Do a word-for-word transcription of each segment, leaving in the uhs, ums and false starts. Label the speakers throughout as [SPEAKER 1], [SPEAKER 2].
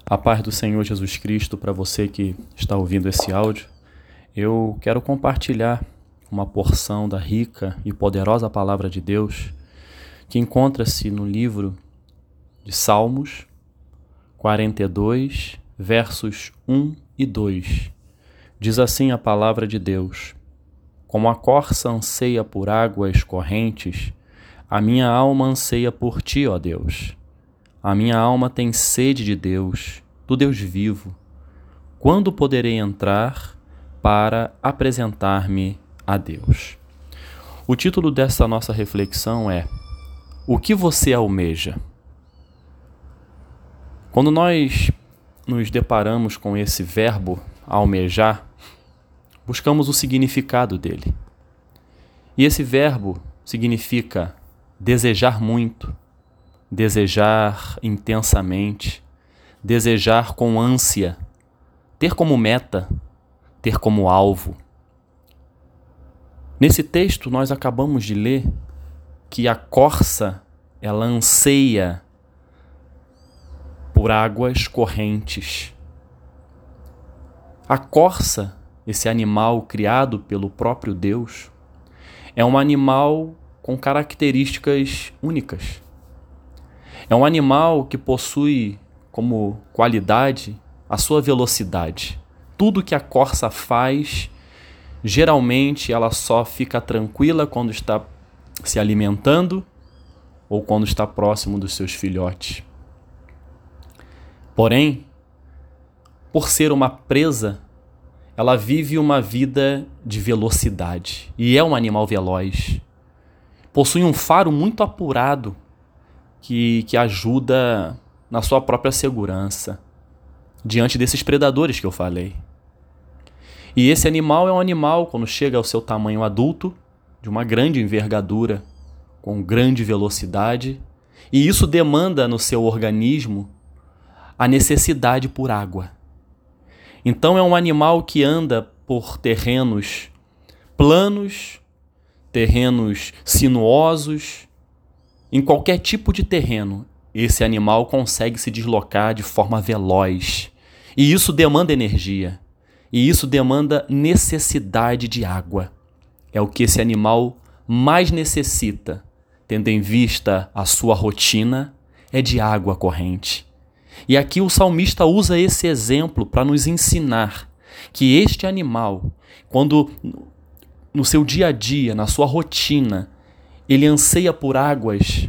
[SPEAKER 1] A paz do Senhor Jesus Cristo para você que está ouvindo esse áudio. Eu quero compartilhar uma porção da rica e poderosa palavra de Deus que encontra-se no livro de Salmos quarenta e dois, versos um e dois. Diz assim a palavra de Deus: Como a corça anseia por águas correntes, a minha alma anseia por ti, ó Deus. A minha alma tem sede de Deus, do Deus vivo. Quando poderei entrar para apresentar-me a Deus? O título dessa nossa reflexão é: O que você almeja? Quando nós nos deparamos com esse verbo almejar, buscamos o significado dele. E esse verbo significa desejar muito, desejar intensamente, desejar com ânsia, ter como meta, ter como alvo. Nesse texto nós acabamos de ler que a corça, ela anseia por águas correntes. A corça, esse animal criado pelo próprio Deus, é um animal com características únicas. É um animal que possui como qualidade a sua velocidade. Tudo que a corça faz, geralmente ela só fica tranquila quando está se alimentando ou quando está próximo dos seus filhotes. Porém, por ser uma presa, ela vive uma vida de velocidade e é um animal veloz. Possui um faro muito apurado que, que ajuda na sua própria segurança diante desses predadores que eu falei. E esse animal é um animal, quando chega ao seu tamanho adulto, de uma grande envergadura, com grande velocidade, e isso demanda no seu organismo a necessidade por água. Então é um animal que anda por terrenos planos, terrenos sinuosos. Em qualquer tipo de terreno, esse animal consegue se deslocar de forma veloz. E isso demanda energia. E isso demanda necessidade de água. É o que esse animal mais necessita, tendo em vista a sua rotina, é de água corrente. E aqui o salmista usa esse exemplo para nos ensinar que este animal, quando no seu dia a dia, na sua rotina, ele anseia por águas,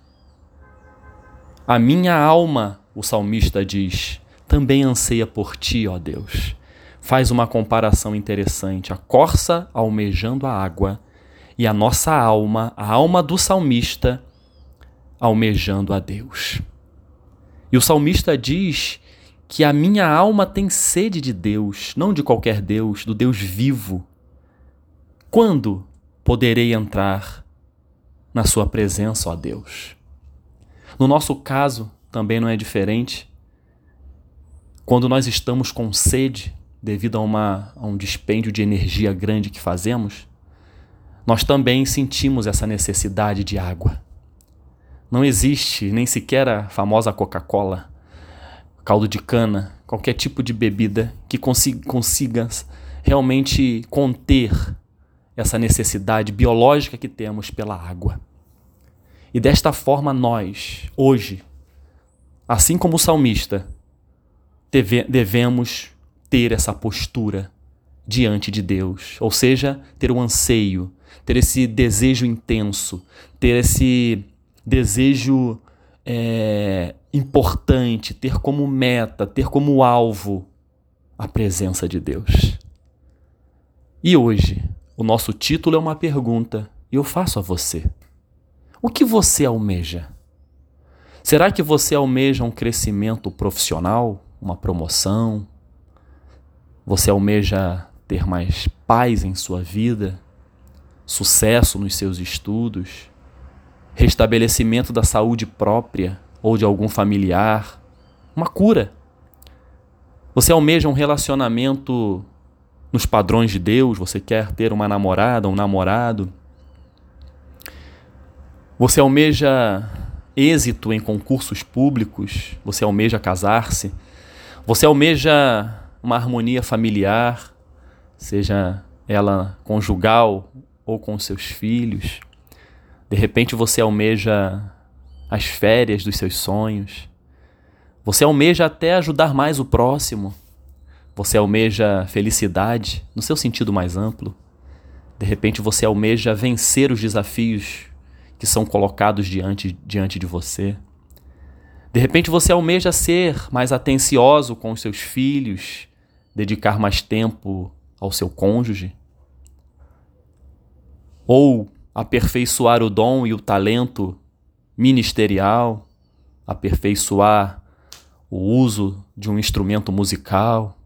[SPEAKER 1] a minha alma, o salmista diz, também anseia por ti, ó Deus. Faz uma comparação interessante, a corça almejando a água e a nossa alma, a alma do salmista, almejando a Deus. E o salmista diz que a minha alma tem sede de Deus, não de qualquer Deus, do Deus vivo. Quando poderei entrar na sua presença, ó Deus? No nosso caso, também não é diferente. Quando nós estamos com sede, devido a, uma, a um dispêndio de energia grande que fazemos, nós também sentimos essa necessidade de água. Não existe nem sequer a famosa Coca-Cola, caldo de cana, qualquer tipo de bebida que consiga, consiga realmente conter essa necessidade biológica que temos pela água. E desta forma nós, hoje, assim como o salmista, deve, devemos ter essa postura diante de Deus, ou seja, ter o anseio, ter esse desejo intenso, ter esse desejo é, importante, ter como meta, ter como alvo a presença de Deus. E hoje, o nosso título é uma pergunta, e eu faço a você. O que você almeja? Será que você almeja um crescimento profissional, uma promoção? Você almeja ter mais paz em sua vida, sucesso nos seus estudos, restabelecimento da saúde própria ou de algum familiar, uma cura? Você almeja um relacionamento nos padrões de Deus? Você quer ter uma namorada, um namorado? Você almeja êxito em concursos públicos? Você almeja casar-se? Você almeja uma harmonia familiar, seja ela conjugal ou com seus filhos. De repente você almeja as férias dos seus sonhos. Você almeja até ajudar mais o próximo. Você almeja felicidade no seu sentido mais amplo. De repente você almeja vencer os desafios que são colocados diante, diante de você. De repente você almeja ser mais atencioso com os seus filhos, dedicar mais tempo ao seu cônjuge. Ou aperfeiçoar o dom e o talento ministerial, aperfeiçoar o uso de um instrumento musical,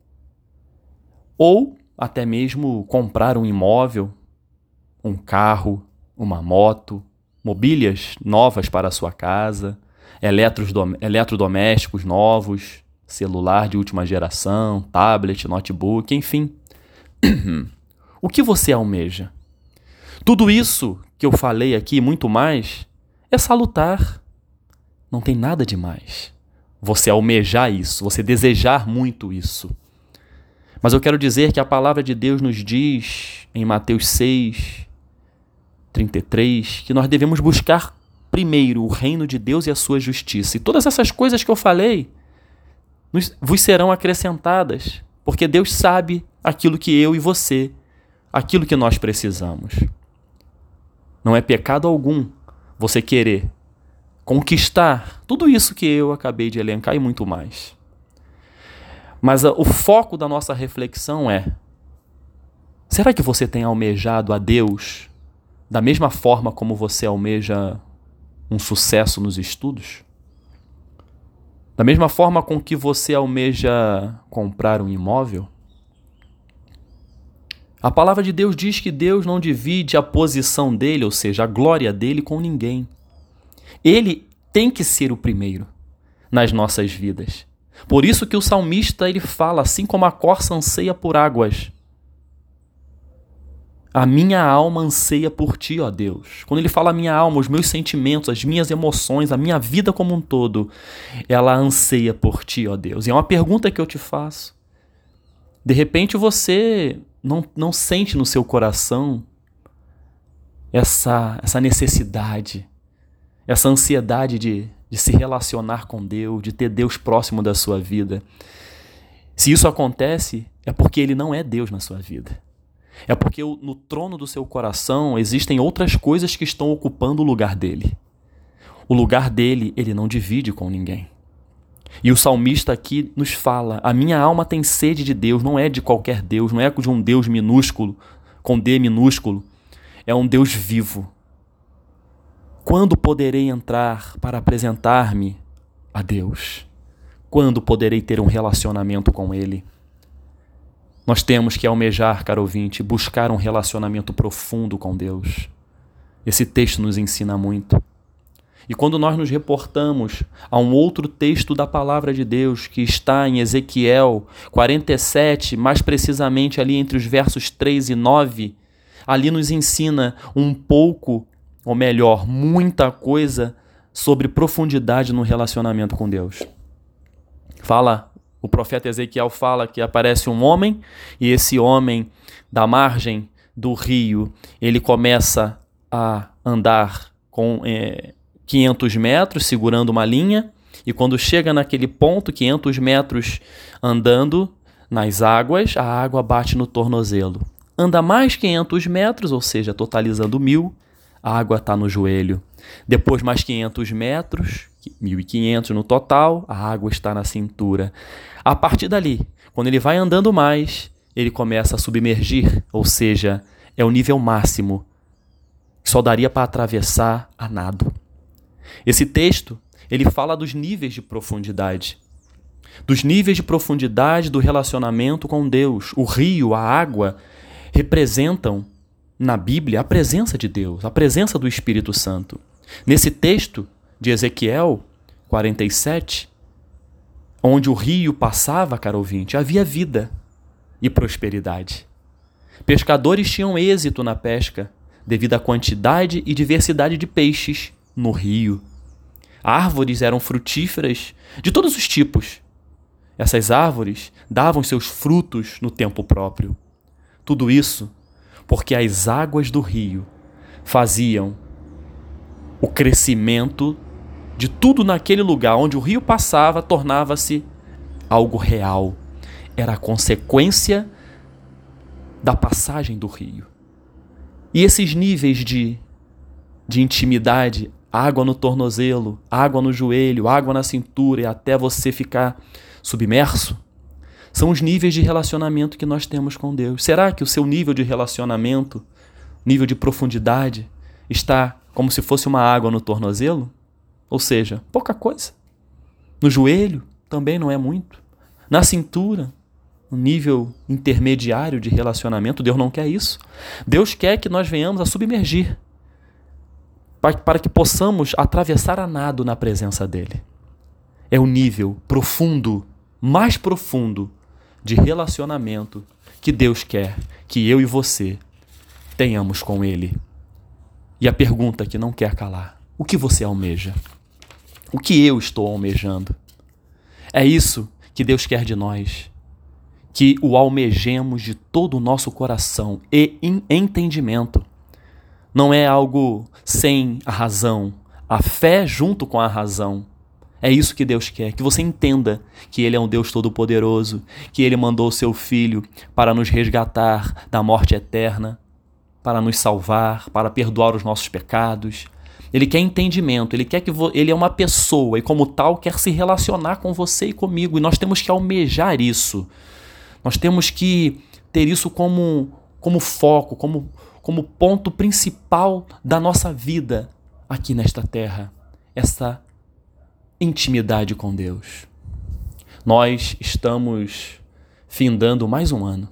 [SPEAKER 1] ou até mesmo comprar um imóvel, um carro, uma moto, mobílias novas para a sua casa, eletrodomésticos novos, celular de última geração, tablet, notebook, enfim. O que você almeja? Tudo isso que eu falei aqui, muito mais, é salutar. Não tem nada de mais. Você almejar isso, você desejar muito isso. Mas eu quero dizer que a palavra de Deus nos diz, em Mateus seis, trinta e três, que nós devemos buscar primeiro o reino de Deus e a sua justiça. E todas essas coisas que eu falei nos, vos serão acrescentadas, porque Deus sabe aquilo que eu e você, aquilo que nós precisamos. Não é pecado algum você querer conquistar tudo isso que eu acabei de elencar e muito mais. Mas uh, o foco da nossa reflexão é: será que você tem almejado a Deus da mesma forma como você almeja um sucesso nos estudos? Da mesma forma com que você almeja comprar um imóvel? A palavra de Deus diz que Deus não divide a posição dele, ou seja, a glória dele, com ninguém. Ele tem que ser o primeiro nas nossas vidas. Por isso que o salmista ele fala, assim como a corça anseia por águas, a minha alma anseia por ti, ó Deus. Quando ele fala a minha alma, os meus sentimentos, as minhas emoções, a minha vida como um todo, ela anseia por ti, ó Deus. E é uma pergunta que eu te faço. De repente você não, não sente no seu coração essa, essa necessidade, essa ansiedade de, de se relacionar com Deus, de ter Deus próximo da sua vida. Se isso acontece, é porque Ele não é Deus na sua vida. É porque no trono do seu coração existem outras coisas que estão ocupando o lugar dele. O lugar dele, ele não divide com ninguém. E o salmista aqui nos fala: a minha alma tem sede de Deus, não é de qualquer Deus, não é de um Deus minúsculo, com D minúsculo, é um Deus vivo. Quando poderei entrar para apresentar-me a Deus? Quando poderei ter um relacionamento com Ele? Nós temos que almejar, caro ouvinte, buscar um relacionamento profundo com Deus. Esse texto nos ensina muito. E quando nós nos reportamos a um outro texto da palavra de Deus, que está em Ezequiel quarenta e sete, mais precisamente ali entre os versos três e nove, ali nos ensina um pouco, ou melhor, muita coisa sobre profundidade no relacionamento com Deus. Fala, o profeta Ezequiel fala que aparece um homem, e esse homem, da margem do rio, ele começa a andar com é, quinhentos metros, segurando uma linha, e quando chega naquele ponto, quinhentos metros andando nas águas, a água bate no tornozelo. Anda mais quinhentos metros, ou seja, totalizando mil, a água está no joelho. Depois mais quinhentos metros, mil e quinhentos no total, a água está na cintura. A partir dali, quando ele vai andando mais, ele começa a submergir, ou seja, é o nível máximo, que só daria para atravessar a nado. Esse texto, ele fala dos níveis de profundidade, dos níveis de profundidade do relacionamento com Deus. O rio, a água, representam na Bíblia a presença de Deus, a presença do Espírito Santo. Nesse texto de Ezequiel quarenta e sete, onde o rio passava, caro ouvinte, havia vida e prosperidade. Pescadores tinham êxito na pesca devido à quantidade e diversidade de peixes no rio. Árvores eram frutíferas de todos os tipos. Essas árvores davam seus frutos no tempo próprio. Tudo isso porque as águas do rio faziam o crescimento de tudo naquele lugar onde o rio passava, tornava-se algo real. Era a consequência da passagem do rio. E esses níveis de, de intimidade, água no tornozelo, água no joelho, água na cintura e até você ficar submerso, são os níveis de relacionamento que nós temos com Deus. Será que o seu nível de relacionamento, nível de profundidade, está como se fosse uma água no tornozelo? Ou seja, pouca coisa. No joelho também não é muito. Na cintura, um nível intermediário de relacionamento, Deus não quer isso. Deus quer que nós venhamos a submergir, para, para que possamos atravessar a nado na presença dEle. É o nível profundo, mais profundo de relacionamento que Deus quer que eu e você tenhamos com Ele. E a pergunta que não quer calar: o que você almeja? O que eu estou almejando? É isso que Deus quer de nós, que o almejemos de todo o nosso coração e em entendimento. Não é algo sem a razão, a fé junto com a razão. É isso que Deus quer, que você entenda que Ele é um Deus todo-poderoso, que Ele mandou o seu Filho para nos resgatar da morte eterna, para nos salvar, para perdoar os nossos pecados. Ele quer entendimento, Ele quer que vo... Ele é uma pessoa e como tal quer se relacionar com você e comigo, e nós temos que almejar isso. Nós temos que ter isso como, como foco, como, como ponto principal da nossa vida aqui nesta terra. Essa intimidade com Deus. Nós estamos findando mais um ano.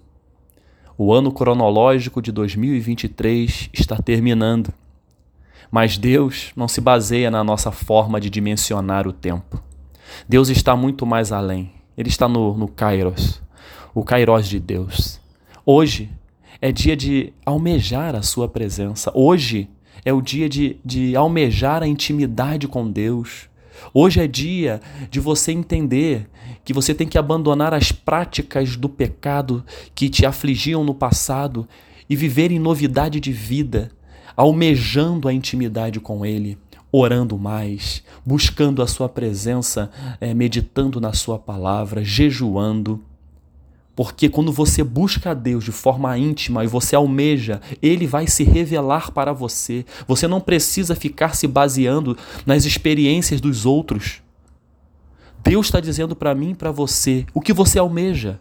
[SPEAKER 1] O ano cronológico de dois mil e vinte e três está terminando. Mas Deus não se baseia na nossa forma de dimensionar o tempo. Deus está muito mais além. Ele está no, no Kairos, o Kairos de Deus. Hoje é dia de almejar a sua presença. Hoje é o dia de, de almejar a intimidade com Deus. Hoje é dia de você entender que você tem que abandonar as práticas do pecado que te afligiam no passado e viver em novidade de vida, almejando a intimidade com Ele, orando mais, buscando a sua presença, é, meditando na sua palavra, jejuando. Porque quando você busca a Deus de forma íntima e você almeja, Ele vai se revelar para você. Você não precisa ficar se baseando nas experiências dos outros. Deus está dizendo para mim e para você o que você almeja.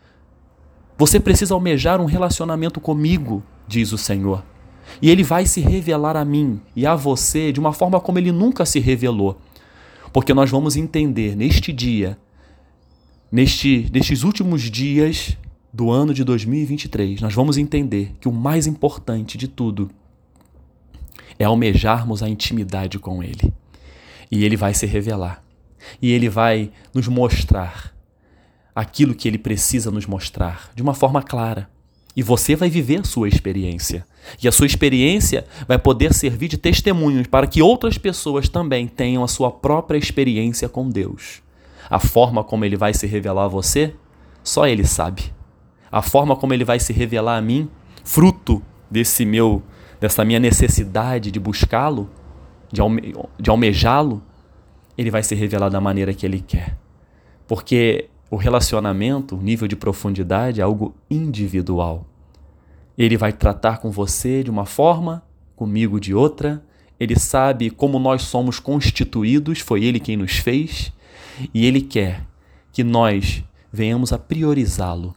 [SPEAKER 1] Você precisa almejar um relacionamento comigo, diz o Senhor. E Ele vai se revelar a mim e a você de uma forma como Ele nunca se revelou. Porque nós vamos entender neste dia, Neste, nestes últimos dias do ano de dois mil e vinte e três, nós vamos entender que o mais importante de tudo é almejarmos a intimidade com Ele. E Ele vai se revelar. E Ele vai nos mostrar aquilo que Ele precisa nos mostrar de uma forma clara. E você vai viver a sua experiência. E a sua experiência vai poder servir de testemunho para que outras pessoas também tenham a sua própria experiência com Deus. A forma como Ele vai se revelar a você, só Ele sabe. A forma como Ele vai se revelar a mim, fruto desse meu, dessa minha necessidade de buscá-lo, de, alme, de almejá-lo, Ele vai se revelar da maneira que Ele quer. Porque o relacionamento, o nível de profundidade é algo individual. Ele vai tratar com você de uma forma, comigo de outra. Ele sabe como nós somos constituídos, foi Ele quem nos fez. E Ele quer que nós venhamos a priorizá-lo.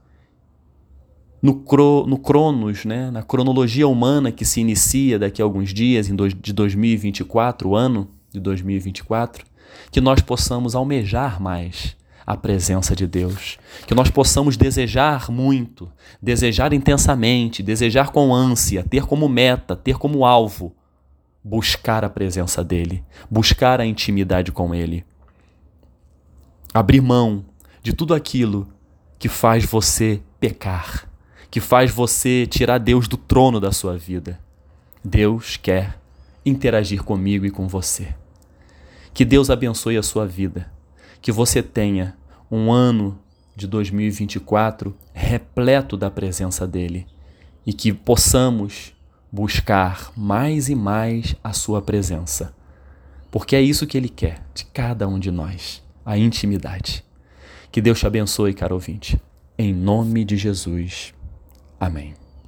[SPEAKER 1] No, cro, no Cronos, né, na cronologia humana que se inicia daqui a alguns dias, em dois, de dois mil e vinte e quatro, o ano de dois mil e vinte e quatro, que nós possamos almejar mais a presença de Deus. Que nós possamos desejar muito, desejar intensamente, desejar com ânsia, ter como meta, ter como alvo, buscar a presença dEle, buscar a intimidade com Ele. Abrir mão de tudo aquilo que faz você pecar, que faz você tirar Deus do trono da sua vida. Deus quer interagir comigo e com você. Que Deus abençoe a sua vida, que você tenha um ano de dois mil e vinte e quatro repleto da presença dele e que possamos buscar mais e mais a sua presença, porque é isso que ele quer de cada um de nós, a intimidade. Que Deus te abençoe, caro ouvinte. Em nome de Jesus. Amém.